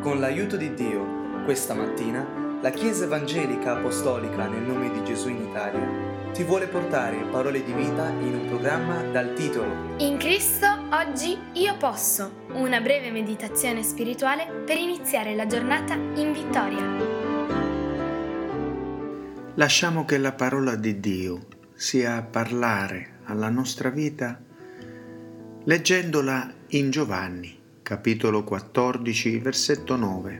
Con l'aiuto di Dio, questa mattina, la Chiesa Evangelica Apostolica nel nome di Gesù in Italia ti vuole portare parole di vita in un programma dal titolo In Cristo oggi io posso, una breve meditazione spirituale per iniziare la giornata in vittoria. Lasciamo che la parola di Dio sia a parlare alla nostra vita leggendola in Giovanni, capitolo 14, versetto 9.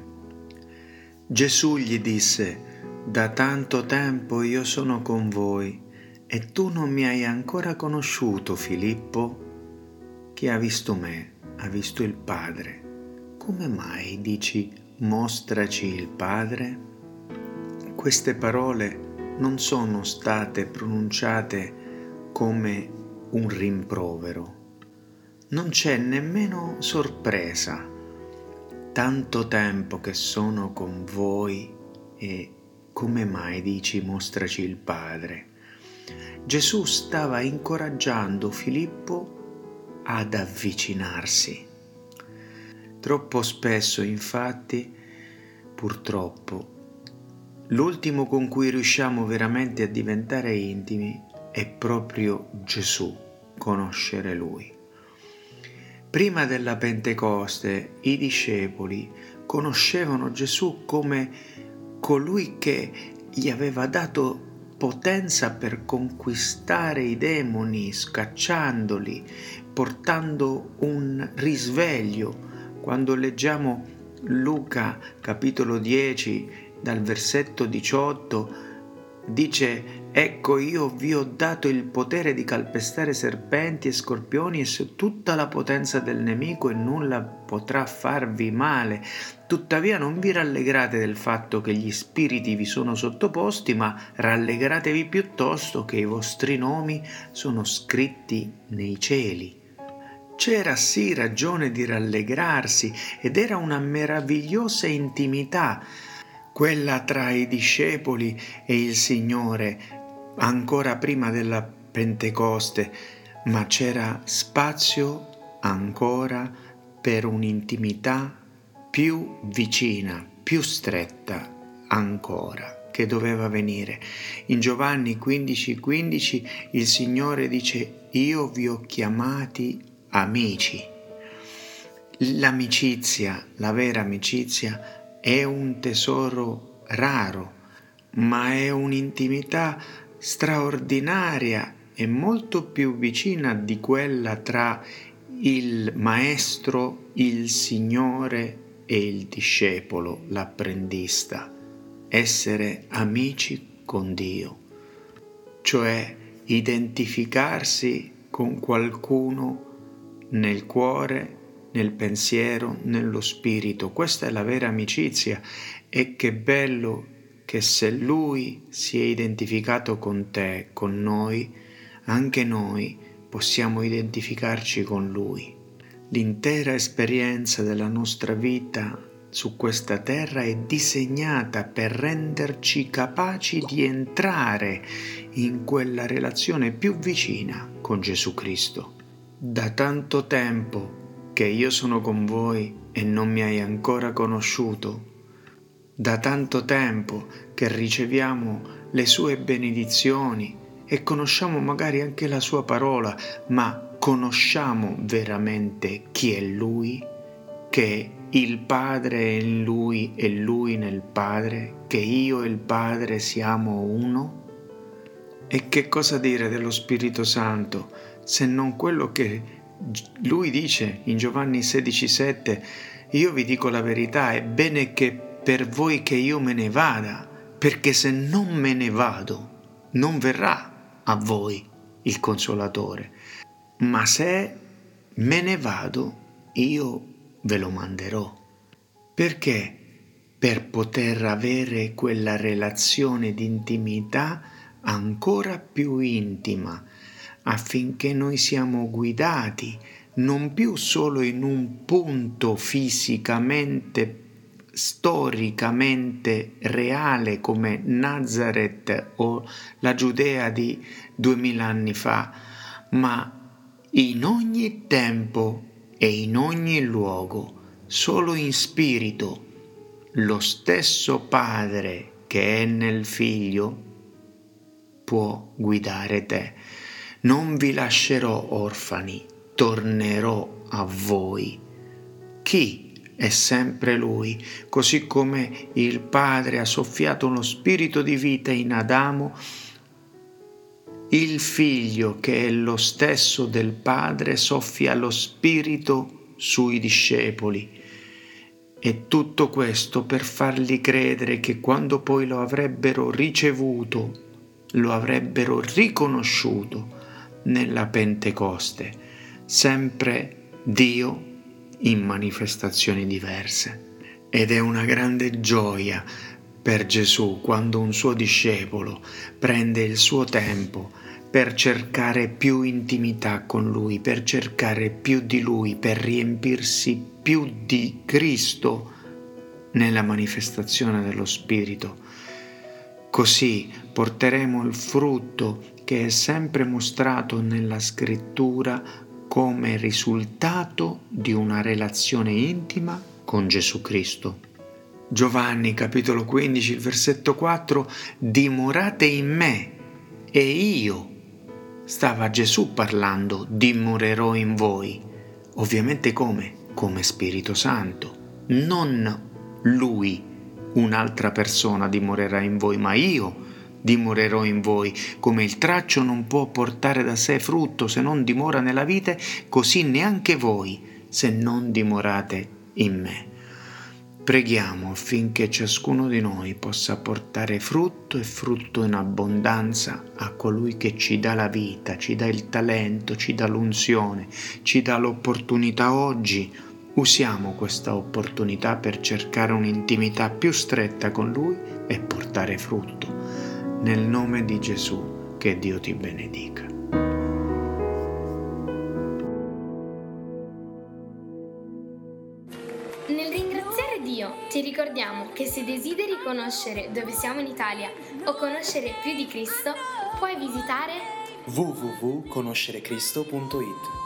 Gesù gli disse: «Da tanto tempo io sono con voi e tu non mi hai ancora conosciuto, Filippo? Chi ha visto me ha visto il Padre. Come mai dici mostraci il Padre?» Queste parole non sono state pronunciate come un rimprovero. Non c'è nemmeno sorpresa. Tanto tempo che sono con voi e come mai dici mostraci il Padre? Gesù stava incoraggiando Filippo ad avvicinarsi. Troppo spesso, infatti, purtroppo, l'ultimo con cui riusciamo veramente a diventare intimi è proprio Gesù, conoscere Lui. Prima della Pentecoste i discepoli conoscevano Gesù come colui che gli aveva dato potenza per conquistare i demoni, scacciandoli, portando un risveglio. Quando leggiamo Luca capitolo 10 dal versetto 18 dice: «Ecco, io vi ho dato il potere di calpestare serpenti e scorpioni e su tutta la potenza del nemico e nulla potrà farvi male. Tuttavia non vi rallegrate del fatto che gli spiriti vi sono sottoposti, ma rallegratevi piuttosto che i vostri nomi sono scritti nei cieli». C'era sì ragione di rallegrarsi ed era una meravigliosa intimità quella tra i discepoli e il Signore ancora prima della Pentecoste, ma c'era spazio ancora per un'intimità più vicina, più stretta ancora, che doveva venire. In Giovanni 15:15 il Signore dice: «Io vi ho chiamati amici». L'amicizia, la vera amicizia, è un tesoro raro, ma è un'intimità straordinaria e molto più vicina di quella tra il maestro, il Signore e il discepolo, l'apprendista. Essere amici con Dio, cioè identificarsi con qualcuno nel cuore, nel pensiero, nello spirito. Questa è la vera amicizia, e che bello che se Lui si è identificato con te, con noi, anche noi possiamo identificarci con Lui. L'intera esperienza della nostra vita su questa terra è disegnata per renderci capaci di entrare in quella relazione più vicina con Gesù Cristo. Da tanto tempo che io sono con voi e non mi hai ancora conosciuto. Da tanto tempo che riceviamo le sue benedizioni e conosciamo magari anche la sua parola, ma conosciamo veramente chi è Lui? Che il Padre è in Lui e Lui nel Padre? Che io e il Padre siamo uno? E che cosa dire dello Spirito Santo se non quello che Lui dice in Giovanni 16,7: «Io vi dico la verità, è bene che per voi che io me ne vada, perché se non me ne vado, non verrà a voi il Consolatore. Ma se me ne vado, io ve lo manderò». Perché? Per poter avere quella relazione di intimità ancora più intima, affinché noi siamo guidati non più solo in un punto fisicamente, storicamente reale come Nazareth o la Giudea di 2000 anni fa, ma in ogni tempo e in ogni luogo, solo in spirito, lo stesso Padre che è nel Figlio può guidare te. Non vi lascerò orfani, tornerò a voi. Chi è sempre Lui, così come il Padre ha soffiato uno spirito di vita in Adamo, il Figlio, che è lo stesso del Padre, soffia lo spirito sui discepoli. E tutto questo per fargli credere che quando poi lo avrebbero ricevuto, lo avrebbero riconosciuto nella Pentecoste, sempre Dio in manifestazioni diverse. Ed è una grande gioia per Gesù quando un suo discepolo prende il suo tempo per cercare più intimità con Lui, per cercare più di Lui, per riempirsi più di Cristo nella manifestazione dello Spirito. Così porteremo il frutto che è sempre mostrato nella Scrittura come risultato di una relazione intima con Gesù Cristo. Giovanni capitolo 15, il versetto 4: dimorate in me e io, stava Gesù parlando, dimorerò in voi. Ovviamente come? Come Spirito Santo. Non Lui, un'altra persona dimorerà in voi, ma io dimorerò in voi. Come il traccio non può portare da sé frutto se non dimora nella vite, così neanche voi se non dimorate in me. Preghiamo affinché ciascuno di noi possa portare frutto e frutto in abbondanza a colui che ci dà la vita, ci dà il talento, ci dà l'unzione, ci dà l'opportunità oggi. Usiamo questa opportunità per cercare un'intimità più stretta con Lui e portare frutto. Nel nome di Gesù, che Dio ti benedica. Nel ringraziare Dio ti ricordiamo che se desideri conoscere dove siamo in Italia o conoscere più di Cristo, puoi visitare www.conoscerecristo.it.